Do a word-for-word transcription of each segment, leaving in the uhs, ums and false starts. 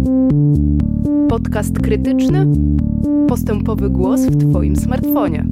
Podcast krytyczny. Postępowy głos w Twoim smartfonie.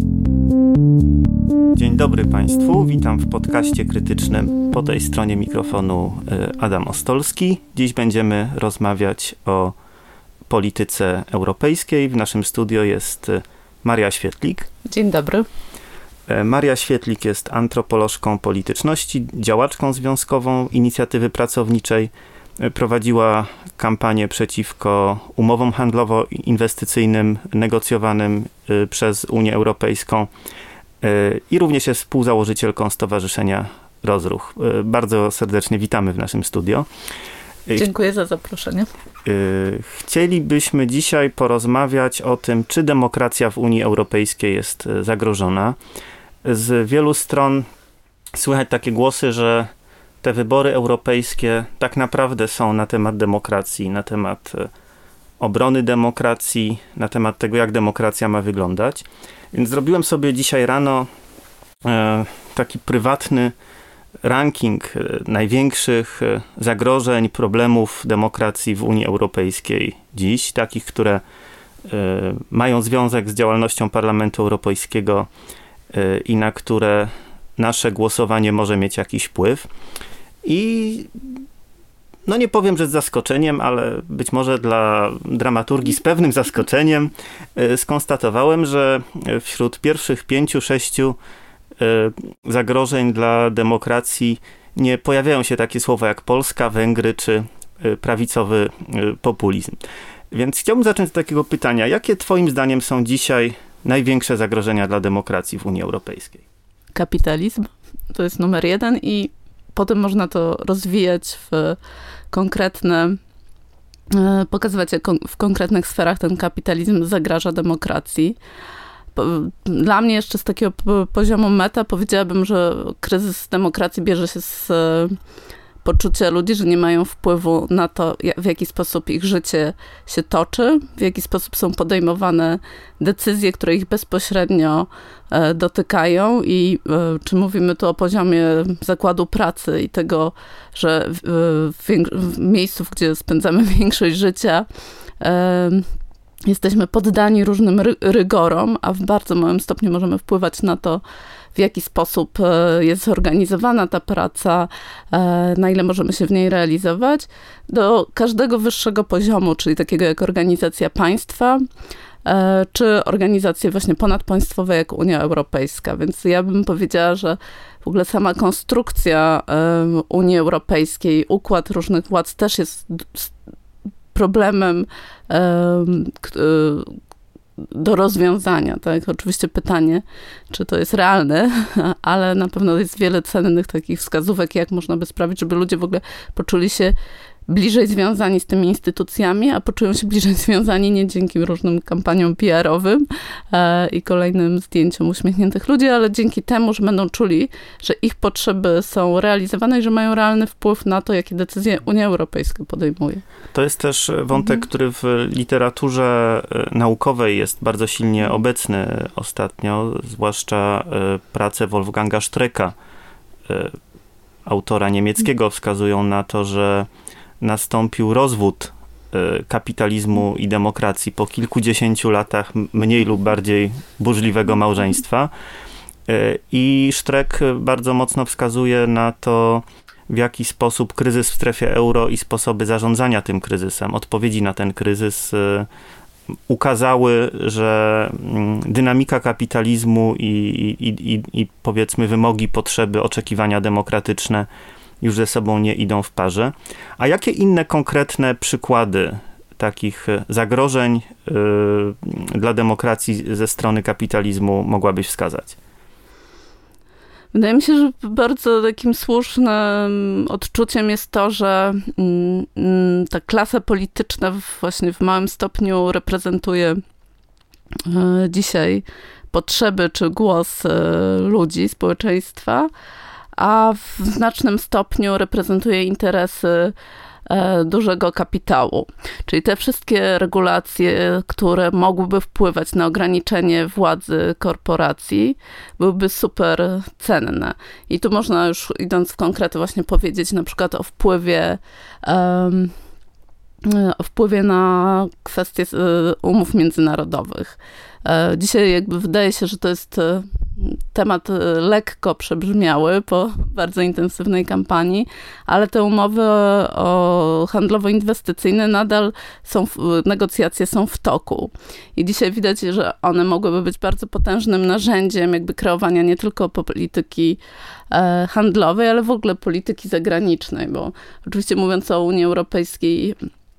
Dzień dobry Państwu, witam w podcaście krytycznym. Po tej stronie mikrofonu Adam Ostolski. Dziś będziemy rozmawiać o polityce europejskiej. W naszym studio jest Maria Świetlik. Dzień dobry. Maria Świetlik jest antropolożką polityczności, działaczką związkową Inicjatywy Pracowniczej. Prowadziła kampanię przeciwko umowom handlowo-inwestycyjnym negocjowanym przez Unię Europejską i również jest współzałożycielką Stowarzyszenia Rozruch. Bardzo serdecznie witamy w naszym studio. Dziękuję za zaproszenie. Chcielibyśmy dzisiaj porozmawiać o tym, czy demokracja w Unii Europejskiej jest zagrożona. Z wielu stron słychać takie głosy, że te wybory europejskie tak naprawdę są na temat demokracji, na temat obrony demokracji, na temat tego, jak demokracja ma wyglądać. Więc zrobiłem sobie dzisiaj rano e, taki prywatny ranking największych zagrożeń, problemów demokracji w Unii Europejskiej dziś, takich, które e, mają związek z działalnością Parlamentu Europejskiego e, i na które nasze głosowanie może mieć jakiś wpływ. I no nie powiem, że z zaskoczeniem, ale być może dla dramaturgii z pewnym zaskoczeniem skonstatowałem, że wśród pierwszych pięciu, sześciu zagrożeń dla demokracji nie pojawiają się takie słowa jak Polska, Węgry czy prawicowy populizm. Więc chciałbym zacząć od takiego pytania. Jakie twoim zdaniem są dzisiaj największe zagrożenia dla demokracji w Unii Europejskiej? Kapitalizm to jest numer jeden i potem można to rozwijać w konkretne, pokazywać, jak w konkretnych sferach ten kapitalizm zagraża demokracji. Dla mnie jeszcze z takiego poziomu meta powiedziałabym, że kryzys demokracji bierze się z poczucia ludzi, że nie mają wpływu na to, w jaki sposób ich życie się toczy, w jaki sposób są podejmowane decyzje, które ich bezpośrednio dotykają i czy mówimy tu o poziomie zakładu pracy i tego, że w, w miejscu, gdzie spędzamy większość życia, jesteśmy poddani różnym ry- rygorom, a w bardzo małym stopniu możemy wpływać na to, w jaki sposób jest zorganizowana ta praca, na ile możemy się w niej realizować, do każdego wyższego poziomu, czyli takiego jak organizacja państwa, czy organizacje właśnie ponadpaństwowe jak Unia Europejska. Więc ja bym powiedziała, że w ogóle sama konstrukcja Unii Europejskiej, układ różnych władz też jest problemem do rozwiązania, tak? Oczywiście pytanie, czy to jest realne, ale na pewno jest wiele cennych takich wskazówek, jak można by sprawić, żeby ludzie w ogóle poczuli się bliżej związani z tymi instytucjami, a poczują się bliżej związani nie dzięki różnym kampaniom P R-owym e, i kolejnym zdjęciom uśmiechniętych ludzi, ale dzięki temu, że będą czuli, że ich potrzeby są realizowane i że mają realny wpływ na to, jakie decyzje Unia Europejska podejmuje. To jest też wątek, mhm. który w literaturze naukowej jest bardzo silnie obecny ostatnio, zwłaszcza prace Wolfganga Strecka, autora niemieckiego, wskazują na to, że nastąpił rozwód kapitalizmu i demokracji po kilkudziesięciu latach mniej lub bardziej burzliwego małżeństwa. I Streck bardzo mocno wskazuje na to, w jaki sposób kryzys w strefie euro i sposoby zarządzania tym kryzysem, odpowiedzi na ten kryzys ukazały, że dynamika kapitalizmu i, i, i, i powiedzmy wymogi, potrzeby, oczekiwania demokratyczne już ze sobą nie idą w parze. A jakie inne konkretne przykłady takich zagrożeń y, dla demokracji ze strony kapitalizmu mogłabyś wskazać? Wydaje mi się, że bardzo takim słusznym odczuciem jest to, że mm, ta klasa polityczna właśnie w małym stopniu reprezentuje y, dzisiaj potrzeby czy głos y, ludzi, społeczeństwa, a w znacznym stopniu reprezentuje interesy dużego kapitału. Czyli te wszystkie regulacje, które mogłyby wpływać na ograniczenie władzy korporacji, byłyby super cenne. I tu można już, idąc w konkrety, właśnie powiedzieć na przykład o wpływie um, o wpływie na kwestie umów międzynarodowych. Dzisiaj jakby wydaje się, że to jest temat lekko przebrzmiały po bardzo intensywnej kampanii, ale te umowy o handlowo-inwestycyjne nadal są, negocjacje są w toku. I dzisiaj widać, że one mogłyby być bardzo potężnym narzędziem jakby kreowania nie tylko polityki handlowej, ale w ogóle polityki zagranicznej, bo oczywiście mówiąc o Unii Europejskiej,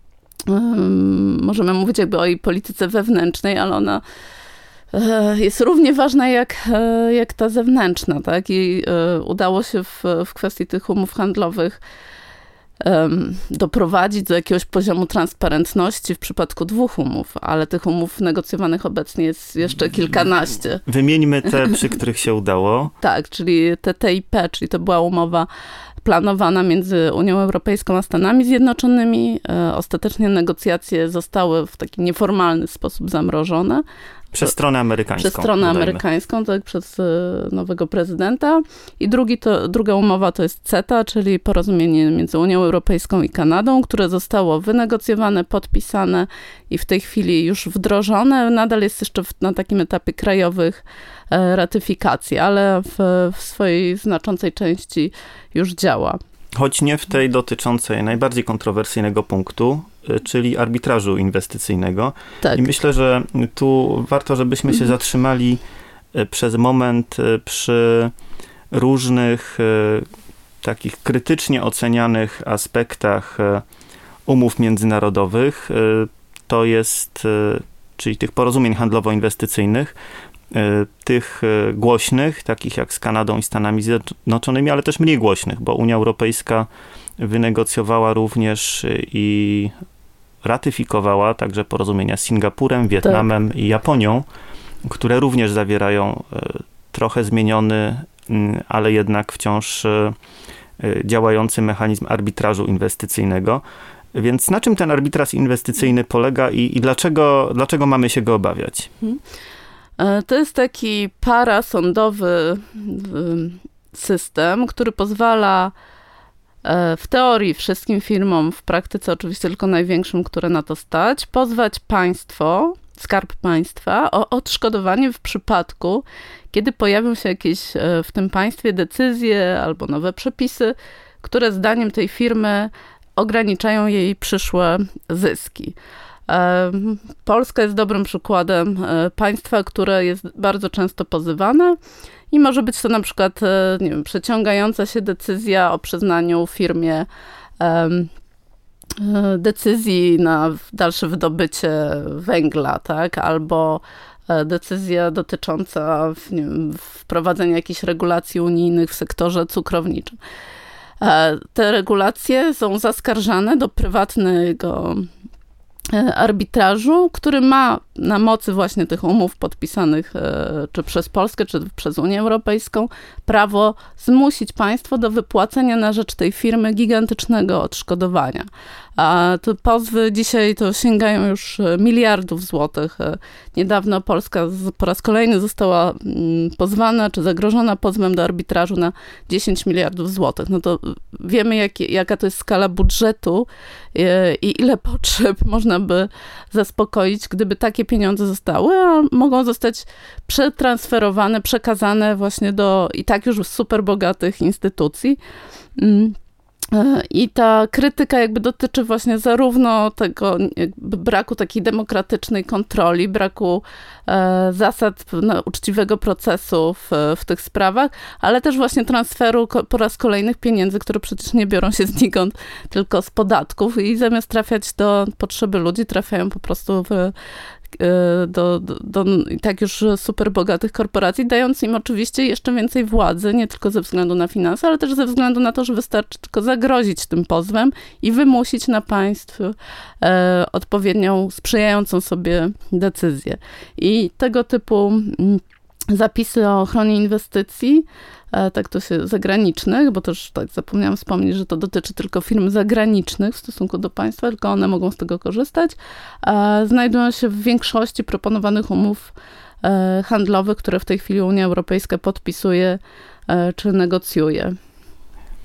możemy mówić jakby o jej polityce wewnętrznej, ale ona jest równie ważna jak, jak ta zewnętrzna, tak? I udało się w, w kwestii tych umów handlowych um, doprowadzić do jakiegoś poziomu transparentności w przypadku dwóch umów, ale tych umów negocjowanych obecnie jest jeszcze kilkanaście. Wymieńmy te, przy których się udało. Tak, czyli T T I P, czyli to była umowa planowana między Unią Europejską a Stanami Zjednoczonymi. Ostatecznie negocjacje zostały w taki nieformalny sposób zamrożone. Przez stronę amerykańską. Przez stronę dodajmy. amerykańską, tak, przez nowego prezydenta. I drugi to, druga umowa to jest CETA, czyli porozumienie między Unią Europejską i Kanadą, które zostało wynegocjowane, podpisane i w tej chwili już wdrożone. Nadal jest jeszcze w, na takim etapie krajowych ratyfikacji, ale w, w swojej znaczącej części już działa. Choć nie w tej dotyczącej najbardziej kontrowersyjnego punktu, czyli arbitrażu inwestycyjnego. Tak. I myślę, że tu warto, żebyśmy się zatrzymali przez moment przy różnych takich krytycznie ocenianych aspektach umów międzynarodowych. To jest, czyli tych porozumień handlowo-inwestycyjnych, tych głośnych, takich jak z Kanadą i Stanami Zjednoczonymi, ale też mniej głośnych, bo Unia Europejska wynegocjowała również i ratyfikowała także porozumienia z Singapurem, Wietnamem tak. i Japonią, które również zawierają trochę zmieniony, ale jednak wciąż działający mechanizm arbitrażu inwestycyjnego. Więc na czym ten arbitraż inwestycyjny polega i, i dlaczego, dlaczego mamy się go obawiać? Hmm. To jest taki parasądowy system, który pozwala w teorii wszystkim firmom, w praktyce oczywiście tylko największym, które na to stać, pozwać państwo, Skarb Państwa o odszkodowanie w przypadku, kiedy pojawią się jakieś w tym państwie decyzje albo nowe przepisy, które zdaniem tej firmy ograniczają jej przyszłe zyski. Polska jest dobrym przykładem państwa, które jest bardzo często pozywane i może być to na przykład, nie wiem, przeciągająca się decyzja o przyznaniu firmie um, decyzji na dalsze wydobycie węgla, tak, albo decyzja dotycząca nie wiem, wprowadzenia jakichś regulacji unijnych w sektorze cukrowniczym. Te regulacje są zaskarżane do prywatnego arbitrażu, który ma na mocy właśnie tych umów podpisanych czy przez Polskę, czy przez Unię Europejską prawo zmusić państwo do wypłacenia na rzecz tej firmy gigantycznego odszkodowania. A te pozwy dzisiaj to sięgają już miliardów złotych. Niedawno Polska po raz kolejny została pozwana, czy zagrożona pozwem do arbitrażu na dziesięć miliardów złotych. No to wiemy, jak, jaka to jest skala budżetu i ile potrzeb można by zaspokoić, gdyby takie pieniądze zostały, a mogą zostać przetransferowane, przekazane właśnie do i tak już super bogatych instytucji. I ta krytyka jakby dotyczy właśnie zarówno tego jakby braku takiej demokratycznej kontroli, braku e, zasad no, uczciwego procesu w, w tych sprawach, ale też właśnie transferu ko- po raz kolejnych pieniędzy, które przecież nie biorą się znikąd, tylko z podatków i zamiast trafiać do potrzeby ludzi, trafiają po prostu w do, do, do i tak już super bogatych korporacji, dając im oczywiście jeszcze więcej władzy, nie tylko ze względu na finanse, ale też ze względu na to, że wystarczy tylko zagrozić tym pozwem i wymusić na państw e, odpowiednią, sprzyjającą sobie decyzję. I tego typu zapisy o ochronie inwestycji, tak to się zagranicznych, bo też tak zapomniałam wspomnieć, że to dotyczy tylko firm zagranicznych w stosunku do państwa, tylko one mogą z tego korzystać, znajdują się w większości proponowanych umów handlowych, które w tej chwili Unia Europejska podpisuje czy negocjuje.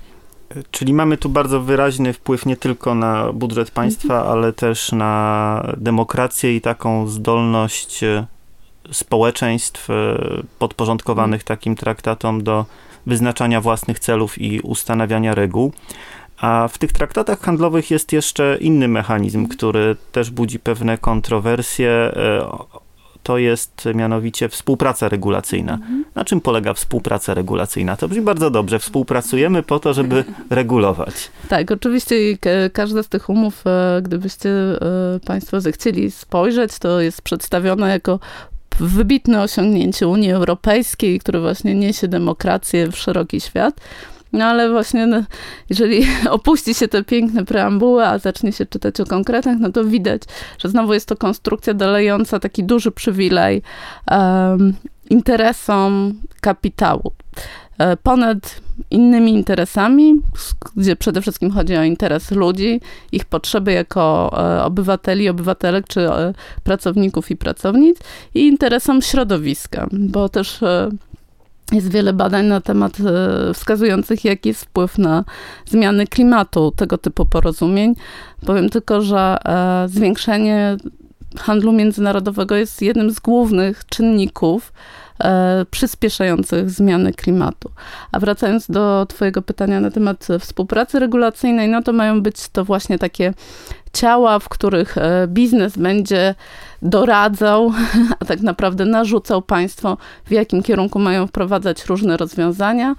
Czyli mamy tu bardzo wyraźny wpływ nie tylko na budżet państwa, mhm. ale też na demokrację i taką zdolność społeczeństw podporządkowanych mhm. takim traktatom do wyznaczania własnych celów i ustanawiania reguł. A w tych traktatach handlowych jest jeszcze inny mechanizm, który też budzi pewne kontrowersje. To jest mianowicie współpraca regulacyjna. Mhm. Na czym polega współpraca regulacyjna? To brzmi bardzo dobrze. Współpracujemy po to, żeby regulować. Tak, oczywiście każda z tych umów, gdybyście państwo zechcieli spojrzeć, to jest przedstawione jako wybitne osiągnięcie Unii Europejskiej, które właśnie niesie demokrację w szeroki świat. No ale właśnie, no, jeżeli opuści się te piękne preambuły, a zacznie się czytać o konkretach, no to widać, że znowu jest to konstrukcja dająca taki duży przywilej um, interesom kapitału. Ponad innymi interesami, gdzie przede wszystkim chodzi o interes ludzi, ich potrzeby jako obywateli, obywatelek, czy pracowników i pracownic, i interesom środowiska, bo też jest wiele badań na temat wskazujących, jaki jest wpływ na zmiany klimatu tego typu porozumień. Powiem tylko, że zwiększenie handlu międzynarodowego jest jednym z głównych czynników przyspieszających zmiany klimatu. A wracając do twojego pytania na temat współpracy regulacyjnej, no to mają być to właśnie takie ciała, w których biznes będzie doradzał, a tak naprawdę narzucał państwo, w jakim kierunku mają wprowadzać różne rozwiązania.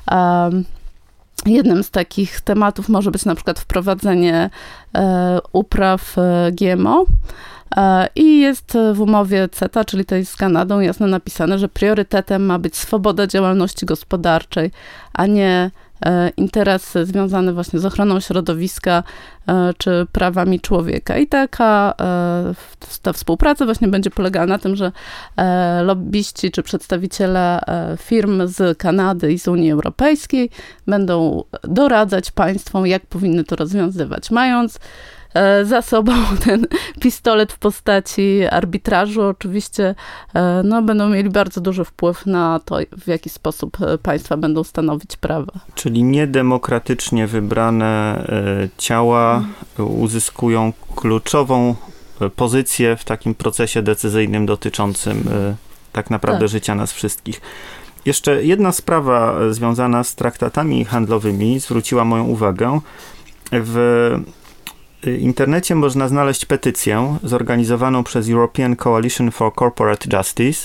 Jednym z takich tematów może być na przykład wprowadzenie upraw G M O. I jest w umowie CETA, czyli tej z Kanadą, jasno napisane, że priorytetem ma być swoboda działalności gospodarczej, a nie interesy związane właśnie z ochroną środowiska czy prawami człowieka. I taka ta współpraca właśnie będzie polegała na tym, że lobbyści czy przedstawiciele firm z Kanady i z Unii Europejskiej będą doradzać państwom, jak powinny to rozwiązywać, mając za sobą ten pistolet w postaci arbitrażu. Oczywiście no, będą mieli bardzo duży wpływ na to, w jaki sposób państwa będą stanowić prawa. Czyli niedemokratycznie wybrane ciała uzyskują kluczową pozycję w takim procesie decyzyjnym dotyczącym tak naprawdę tak. życia nas wszystkich. Jeszcze jedna sprawa związana z traktatami handlowymi zwróciła moją uwagę. W internecie można znaleźć petycję zorganizowaną przez European Coalition for Corporate Justice,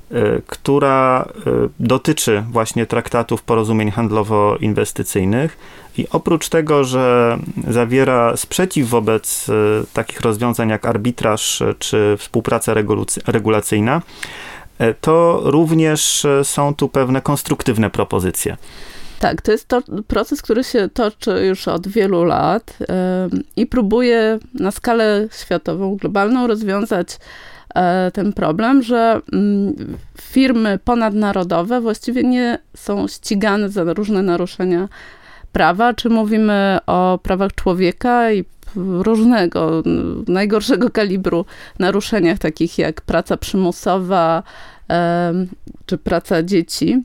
która dotyczy właśnie traktatów porozumień handlowo-inwestycyjnych i oprócz tego, że zawiera sprzeciw wobec takich rozwiązań jak arbitraż czy współpraca regulacyjna, to również są tu pewne konstruktywne propozycje. Tak, to jest to proces, który się toczy już od wielu lat yy, i próbuje na skalę światową, globalną rozwiązać yy, ten problem, że yy, firmy ponadnarodowe właściwie nie są ścigane za różne naruszenia prawa, czy mówimy o prawach człowieka i różnego, najgorszego kalibru naruszeniach, takich jak praca przymusowa yy, czy praca dzieci,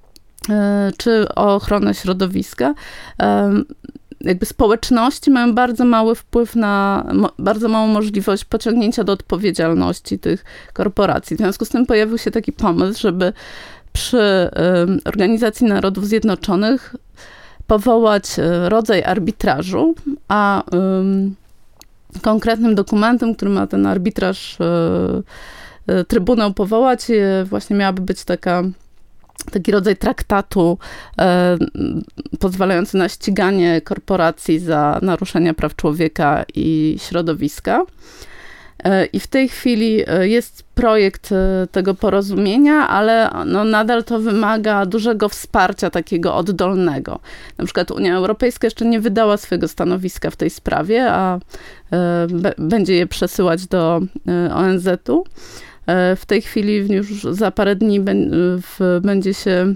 czy o ochronę środowiska. Jakby społeczności mają bardzo mały wpływ na, bardzo małą możliwość pociągnięcia do odpowiedzialności tych korporacji. W związku z tym pojawił się taki pomysł, żeby przy Organizacji Narodów Zjednoczonych powołać rodzaj arbitrażu, a konkretnym dokumentem, który ma ten arbitraż Trybunał powołać, właśnie miałaby być taka taki rodzaj traktatu e, pozwalający na ściganie korporacji za naruszenia praw człowieka i środowiska. E, I w tej chwili jest projekt tego porozumienia, ale no, nadal to wymaga dużego wsparcia takiego oddolnego. Na przykład Unia Europejska jeszcze nie wydała swojego stanowiska w tej sprawie, a e, b- będzie je przesyłać do e, O N Z-u. W tej chwili już za parę dni będzie się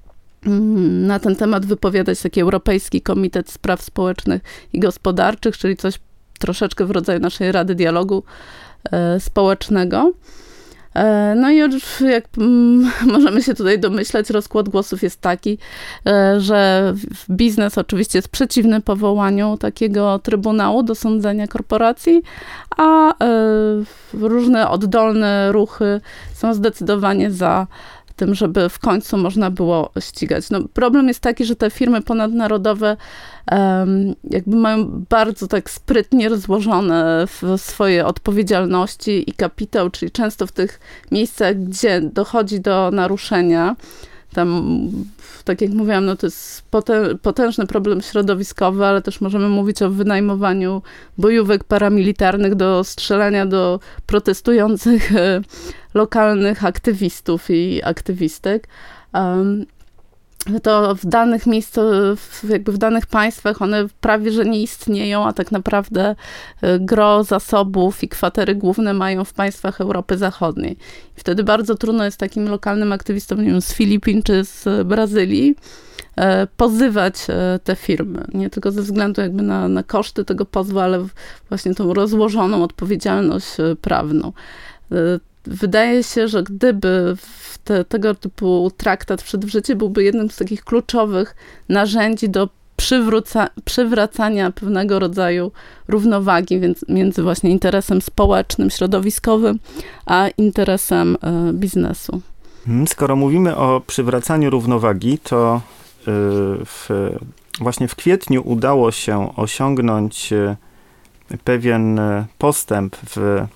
na ten temat wypowiadać taki Europejski Komitet Spraw Społecznych i Gospodarczych, czyli coś troszeczkę w rodzaju naszej Rady Dialogu Społecznego. No i jak możemy się tutaj domyślać, rozkład głosów jest taki, że biznes oczywiście jest przeciwny powołaniu takiego trybunału do sądzenia korporacji, a różne oddolne ruchy są zdecydowanie za tym, żeby w końcu można było ścigać. No, problem jest taki, że te firmy ponadnarodowe um, jakby mają bardzo tak sprytnie rozłożone w swoje odpowiedzialności i kapitał, czyli często w tych miejscach, gdzie dochodzi do naruszenia, tam, tak jak mówiłam, no to jest potężny problem środowiskowy, ale też możemy mówić o wynajmowaniu bojówek paramilitarnych do strzelania do protestujących lokalnych aktywistów i aktywistek. Um, to w danych miejscach, jakby w danych państwach one prawie, że nie istnieją, a tak naprawdę gro zasobów i kwatery główne mają w państwach Europy Zachodniej. I wtedy bardzo trudno jest takim lokalnym aktywistom, nie wiem, z Filipin czy z Brazylii pozywać te firmy. Nie tylko ze względu jakby na, na koszty tego pozwu, ale właśnie tą rozłożoną odpowiedzialność prawną. Wydaje się, że gdyby te, tego typu traktat wszedł w życie, byłby jednym z takich kluczowych narzędzi do przywróca, przywracania pewnego rodzaju równowagi więc, między właśnie interesem społecznym, środowiskowym, a interesem y, biznesu. Skoro mówimy o przywracaniu równowagi, to y, w, właśnie w kwietniu udało się osiągnąć y, pewien postęp w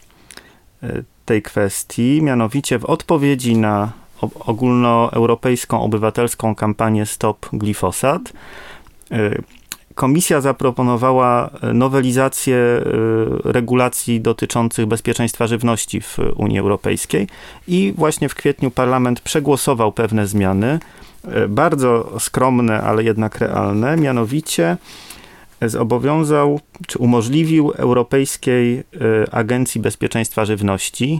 y, tej kwestii, mianowicie w odpowiedzi na ogólnoeuropejską obywatelską kampanię Stop Glifosat, Komisja zaproponowała nowelizację regulacji dotyczących bezpieczeństwa żywności w Unii Europejskiej i właśnie w kwietniu Parlament przegłosował pewne zmiany, bardzo skromne, ale jednak realne, mianowicie zobowiązał, czy umożliwił Europejskiej Agencji Bezpieczeństwa Żywności,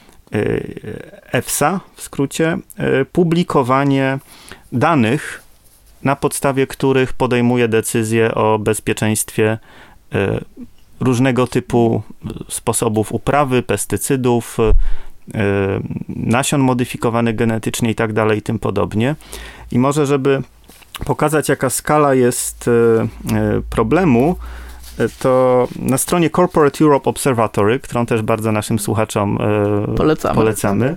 EFSA w skrócie, publikowanie danych, na podstawie których podejmuje decyzje o bezpieczeństwie różnego typu sposobów uprawy, pestycydów, nasion modyfikowanych genetycznie i tak dalej i tym podobnie. I może, żeby pokazać, jaka skala jest problemu, to na stronie Corporate Europe Observatory, którą też bardzo naszym słuchaczom polecamy, polecamy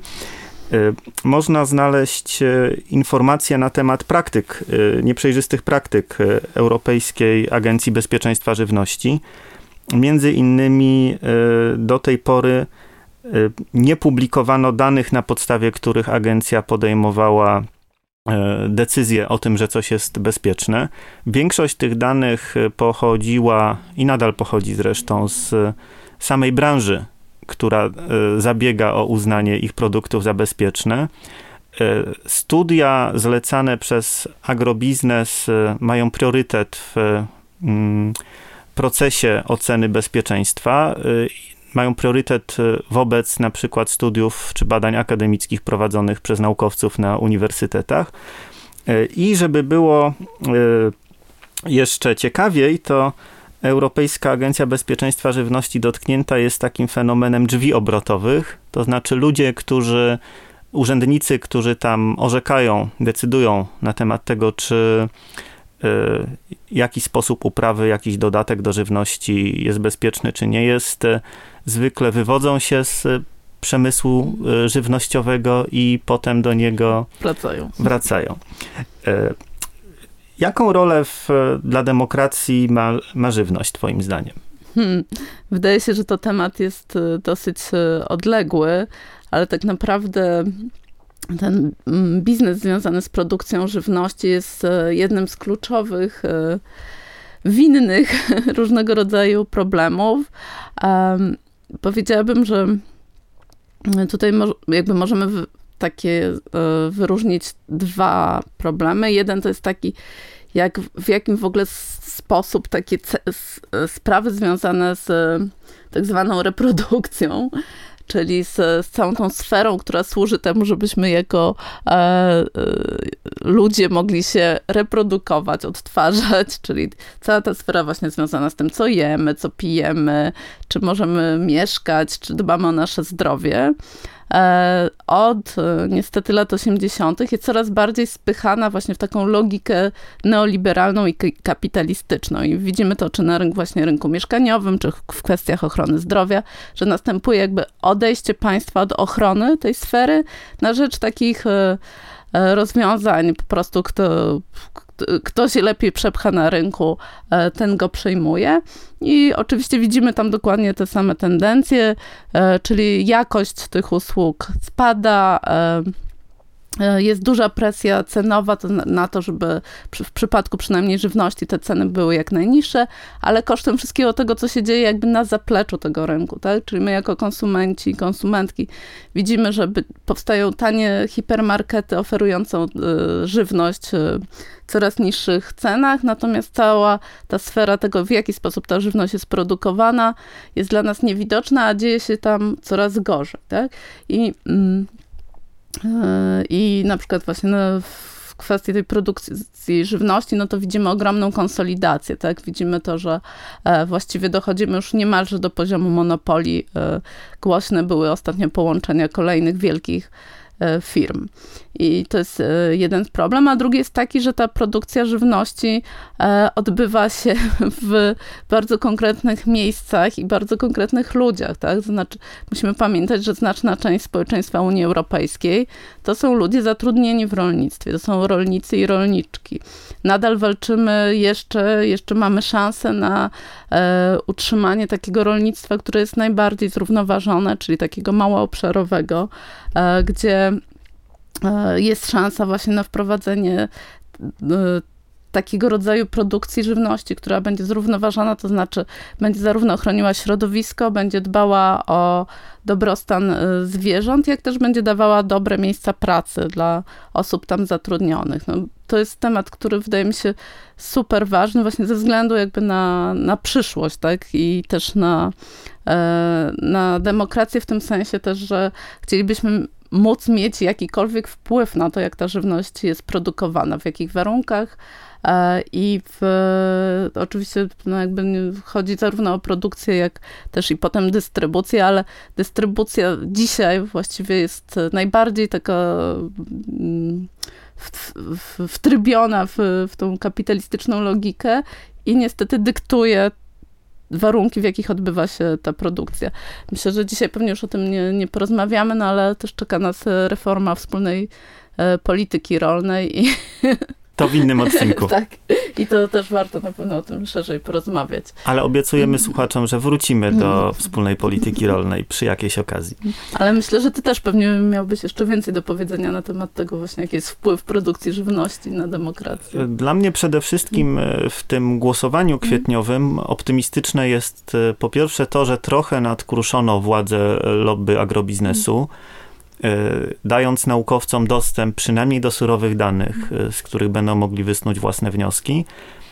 można znaleźć informacje na temat praktyk, nieprzejrzystych praktyk Europejskiej Agencji Bezpieczeństwa Żywności. Między innymi do tej pory nie publikowano danych, na podstawie których agencja podejmowała decyzję o tym, że coś jest bezpieczne. Większość tych danych pochodziła i nadal pochodzi zresztą z samej branży, która zabiega o uznanie ich produktów za bezpieczne. Studia zlecane przez agrobiznes mają priorytet w procesie oceny bezpieczeństwa. Mają priorytet wobec na przykład studiów czy badań akademickich prowadzonych przez naukowców na uniwersytetach. I żeby było jeszcze ciekawiej, to Europejska Agencja Bezpieczeństwa Żywności dotknięta jest takim fenomenem drzwi obrotowych, to znaczy ludzie, którzy, urzędnicy, którzy tam orzekają, decydują na temat tego, czy y, jaki sposób uprawy, jakiś dodatek do żywności jest bezpieczny, czy nie jest, y, zwykle wywodzą się z przemysłu y, żywnościowego i potem do niego wracają. wracają. Y, Jaką rolę w, dla demokracji ma, ma żywność, twoim zdaniem? Hmm. Wydaje się, że to temat jest dosyć odległy, ale tak naprawdę ten biznes związany z produkcją żywności jest jednym z kluczowych winnych różnego rodzaju problemów. Um, powiedziałabym, że tutaj mo- jakby możemy w, takie wyróżnić dwa problemy. Jeden to jest taki, jak, w jakim w ogóle sposób takie ce- sprawy związane z tak zwaną reprodukcją, czyli z, z całą tą sferą, która służy temu, żebyśmy jako e, e, ludzie mogli się reprodukować, odtwarzać, czyli cała ta sfera właśnie związana z tym, co jemy, co pijemy, czy możemy mieszkać, czy dbamy o nasze zdrowie. od niestety lat osiemdziesiątych jest coraz bardziej spychana właśnie w taką logikę neoliberalną i kapitalistyczną. I widzimy to czy na rynku, właśnie rynku mieszkaniowym, czy w kwestiach ochrony zdrowia, że następuje jakby odejście państwa od ochrony tej sfery na rzecz takich rozwiązań. Po prostu kto, kto się lepiej przepcha na rynku, ten go przejmuje. I oczywiście widzimy tam dokładnie te same tendencje, czyli jakość tych usług spada, jest duża presja cenowa to na to, żeby w przypadku przynajmniej żywności te ceny były jak najniższe, ale kosztem wszystkiego tego, co się dzieje jakby na zapleczu tego rynku, tak? Czyli my jako konsumenci i konsumentki widzimy, że powstają tanie hipermarkety oferujące żywność w coraz niższych cenach, natomiast cała ta sfera tego, w jaki sposób ta żywność jest produkowana, jest dla nas niewidoczna, a dzieje się tam coraz gorzej, tak? I mm, I na przykład właśnie no, w kwestii tej produkcji żywności, no to widzimy ogromną konsolidację, tak? Widzimy to, że właściwie dochodzimy już niemalże do poziomu monopolii. Głośne były ostatnio połączenia kolejnych wielkich firm. I to jest jeden problem, a drugi jest taki, że ta produkcja żywności odbywa się w bardzo konkretnych miejscach i bardzo konkretnych ludziach, tak? To znaczy, musimy pamiętać, że znaczna część społeczeństwa Unii Europejskiej to są ludzie zatrudnieni w rolnictwie, to są rolnicy i rolniczki. Nadal walczymy jeszcze, jeszcze mamy szansę na e, utrzymanie takiego rolnictwa, które jest najbardziej zrównoważone, czyli takiego małoobszarowego, e, gdzie jest szansa właśnie na wprowadzenie takiego rodzaju produkcji żywności, która będzie zrównoważona, to znaczy będzie zarówno chroniła środowisko, będzie dbała o dobrostan zwierząt, jak też będzie dawała dobre miejsca pracy dla osób tam zatrudnionych. No, to jest temat, który wydaje mi się super ważny właśnie ze względu jakby na, na przyszłość, tak? I też na, na demokrację w tym sensie też, że chcielibyśmy móc mieć jakikolwiek wpływ na to, jak ta żywność jest produkowana, w jakich warunkach i w, oczywiście no jakby chodzi zarówno o produkcję, jak też i potem dystrybucję, ale dystrybucja dzisiaj właściwie jest najbardziej taka wtrybiona w, w tą kapitalistyczną logikę i niestety dyktuje warunki, w jakich odbywa się ta produkcja. Myślę, że dzisiaj pewnie już o tym nie, nie porozmawiamy, no ale też czeka nas reforma wspólnej e, polityki rolnej. I to w innym odcinku. Tak. I to też warto na pewno o tym szerzej porozmawiać. Ale obiecujemy słuchaczom, że wrócimy do wspólnej polityki rolnej przy jakiejś okazji. Ale myślę, że ty też pewnie miałbyś jeszcze więcej do powiedzenia na temat tego właśnie, jaki jest wpływ produkcji żywności na demokrację. Dla mnie przede wszystkim w tym głosowaniu kwietniowym optymistyczne jest po pierwsze to, że trochę nadkruszono władzę lobby agrobiznesu, dając naukowcom dostęp przynajmniej do surowych danych, z których będą mogli wysnuć własne wnioski.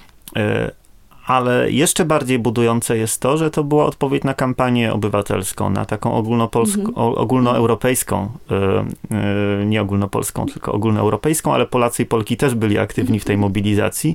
Ale jeszcze bardziej budujące jest to, że to była odpowiedź na kampanię obywatelską, na taką ogólnopolską, mhm. ogólnoeuropejską, nie ogólnopolską, tylko ogólnoeuropejską, ale Polacy i Polki też byli aktywni w tej mobilizacji,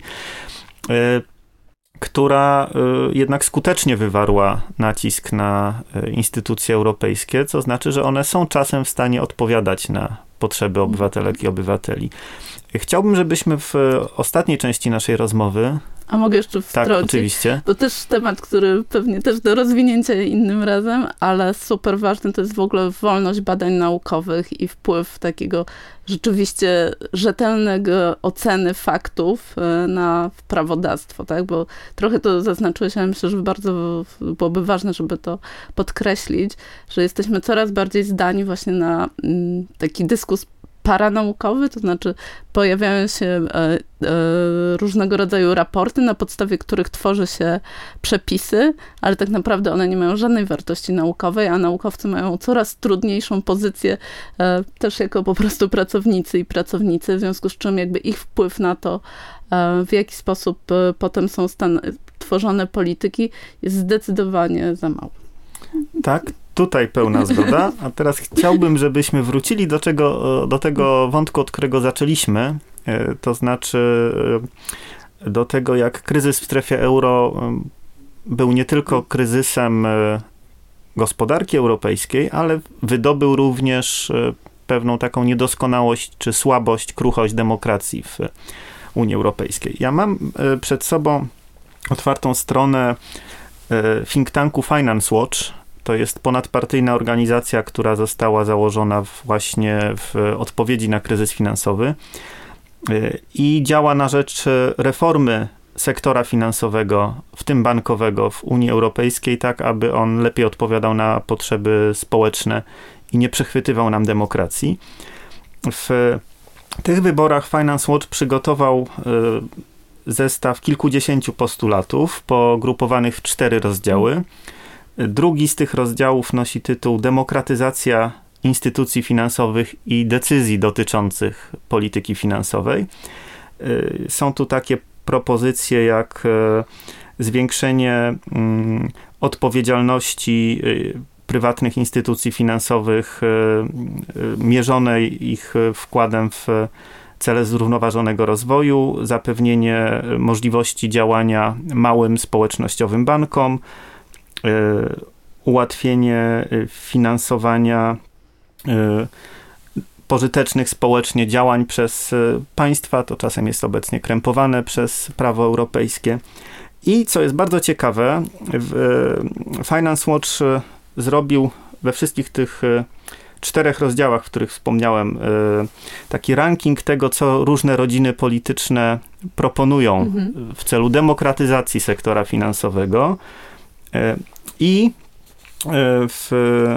która jednak skutecznie wywarła nacisk na instytucje europejskie, co znaczy, że one są czasem w stanie odpowiadać na potrzeby obywatelek i obywateli. Chciałbym, żebyśmy w ostatniej części naszej rozmowy... A mogę jeszcze wtrącić? Tak, oczywiście. To też temat, który pewnie też do rozwinięcia innym razem, ale super ważny to jest w ogóle wolność badań naukowych i wpływ takiego rzeczywiście rzetelnego oceny faktów na prawodawstwo, tak? Bo trochę to zaznaczyłeś, ale myślę, że bardzo byłoby ważne, żeby to podkreślić, że jesteśmy coraz bardziej zdani właśnie na taki dyskurs paranaukowy, to znaczy pojawiają się e, e, różnego rodzaju raporty, na podstawie których tworzy się przepisy, ale tak naprawdę one nie mają żadnej wartości naukowej, a naukowcy mają coraz trudniejszą pozycję e, też jako po prostu pracownicy i pracownicy, w związku z czym jakby ich wpływ na to, e, w jaki sposób e, potem są stan- tworzone polityki, jest zdecydowanie za mały. Tak, tutaj pełna zgoda, a teraz chciałbym, żebyśmy wrócili do, czego, do tego wątku, od którego zaczęliśmy, to znaczy do tego, jak kryzys w strefie euro był nie tylko kryzysem gospodarki europejskiej, ale wydobył również pewną taką niedoskonałość czy słabość, kruchość demokracji w Unii Europejskiej. Ja mam przed sobą otwartą stronę think tanku Finance Watch. To jest ponadpartyjna organizacja, która została założona właśnie w odpowiedzi na kryzys finansowy i działa na rzecz reformy sektora finansowego, w tym bankowego w Unii Europejskiej, tak aby on lepiej odpowiadał na potrzeby społeczne i nie przechwytywał nam demokracji. W tych wyborach Finance Watch przygotował zestaw kilkudziesięciu postulatów pogrupowanych w cztery rozdziały. Drugi z tych rozdziałów nosi tytuł Demokratyzacja instytucji finansowych i decyzji dotyczących polityki finansowej. Są tu takie propozycje jak zwiększenie odpowiedzialności prywatnych instytucji finansowych, mierzonej ich wkładem w cele zrównoważonego rozwoju, zapewnienie możliwości działania małym społecznościowym bankom, ułatwienie finansowania pożytecznych społecznie działań przez państwa, to czasem jest obecnie krępowane przez prawo europejskie. I co jest bardzo ciekawe, Finance Watch zrobił we wszystkich tych czterech rozdziałach, w których wspomniałem, taki ranking tego, co różne rodziny polityczne proponują mhm. w celu demokratyzacji sektora finansowego. I w,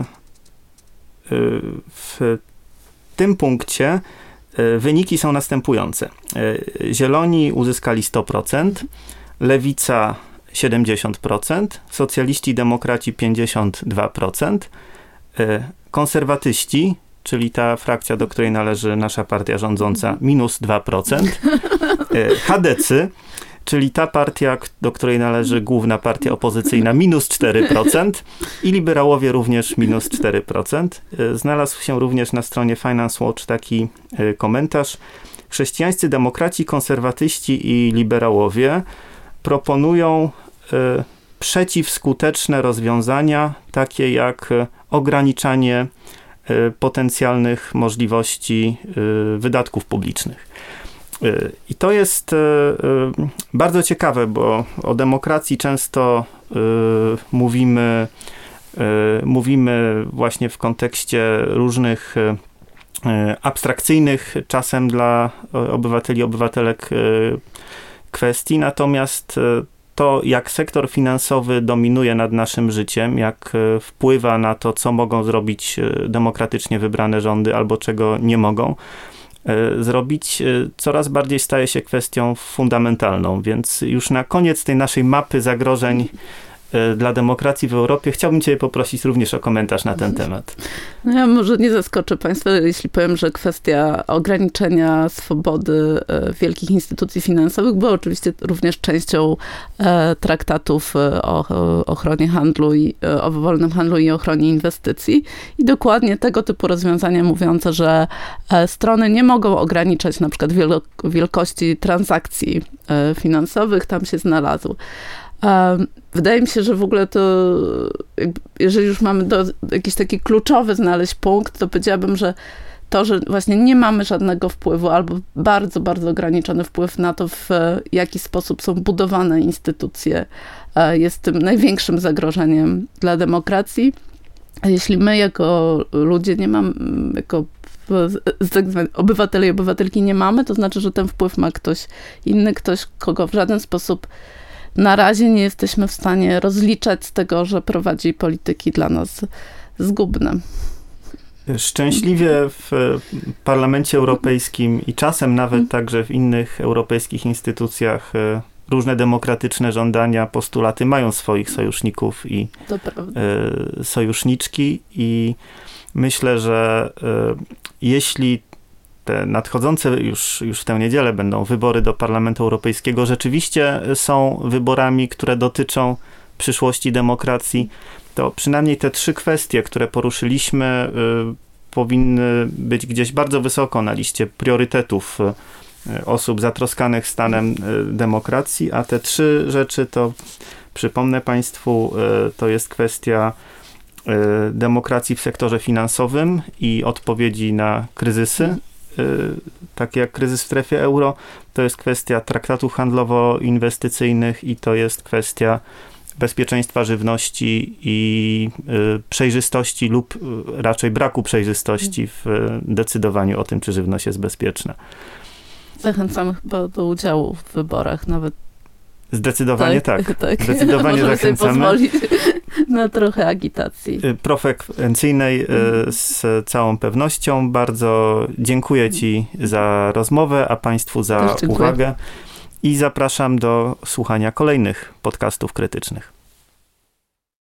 w tym punkcie wyniki są następujące. Zieloni uzyskali sto procent, lewica siedemdziesiąt procent, socjaliści i demokraci pięćdziesiąt dwa procent, konserwatyści, czyli ta frakcja, do której należy nasza partia rządząca, minus dwa procent, chadecy, czyli ta partia, do której należy główna partia opozycyjna, minus cztery procent i liberałowie również minus cztery procent. Znalazł się również na stronie Finance Watch taki komentarz. Chrześcijańscy demokraci, konserwatyści i liberałowie proponują przeciwskuteczne rozwiązania, takie jak ograniczanie potencjalnych możliwości wydatków publicznych. I to jest bardzo ciekawe, bo o demokracji często mówimy, mówimy właśnie w kontekście różnych abstrakcyjnych, czasem dla obywateli, obywatelek kwestii, natomiast to, jak sektor finansowy dominuje nad naszym życiem, jak wpływa na to, co mogą zrobić demokratycznie wybrane rządy albo czego nie mogą zrobić, coraz bardziej staje się kwestią fundamentalną. Więc już na koniec tej naszej mapy zagrożeń dla demokracji w Europie chciałbym cię poprosić również o komentarz na ten temat. No ja może nie zaskoczę państwa, jeśli powiem, że kwestia ograniczenia swobody wielkich instytucji finansowych była oczywiście również częścią traktatów o ochronie handlu i o wolnym handlu i ochronie inwestycji. I dokładnie tego typu rozwiązania mówiące, że strony nie mogą ograniczać na przykład wielkości transakcji finansowych, tam się znalazły. Wydaje mi się, że w ogóle to, jeżeli już mamy do, jakiś taki kluczowy znaleźć punkt, to powiedziałabym, że to, że właśnie nie mamy żadnego wpływu albo bardzo, bardzo ograniczony wpływ na to, w jaki sposób są budowane instytucje, jest tym największym zagrożeniem dla demokracji. A jeśli my jako ludzie nie mamy, jako obywatele i obywatelki nie mamy, to znaczy, że ten wpływ ma ktoś inny, ktoś, kogo w żaden sposób na razie nie jesteśmy w stanie rozliczać z tego, że prowadzi polityki dla nas zgubne. Szczęśliwie w Parlamencie Europejskim i czasem nawet także w innych europejskich instytucjach różne demokratyczne żądania, postulaty mają swoich sojuszników i sojuszniczki i myślę, że jeśli te nadchodzące już, już w tę niedzielę będą wybory do Parlamentu Europejskiego, rzeczywiście są wyborami, które dotyczą przyszłości demokracji, to przynajmniej te trzy kwestie, które poruszyliśmy, y, powinny być gdzieś bardzo wysoko na liście priorytetów y, osób zatroskanych stanem y, demokracji, a te trzy rzeczy to, przypomnę Państwu, y, to jest kwestia demokracji w sektorze finansowym i odpowiedzi na kryzysy, takie jak kryzys w strefie euro, to jest kwestia traktatów handlowo-inwestycyjnych i to jest kwestia bezpieczeństwa żywności i przejrzystości lub raczej braku przejrzystości w decydowaniu o tym, czy żywność jest bezpieczna. Zachęcamy chyba do udziału w wyborach nawet. Zdecydowanie tak. tak. tak. Zdecydowanie Możemy zachęcamy. sobie pozwolić na trochę agitacji. Profrekwencyjnej z całą pewnością. Bardzo dziękuję Ci za rozmowę, a Państwu za uwagę i zapraszam do słuchania kolejnych podcastów krytycznych.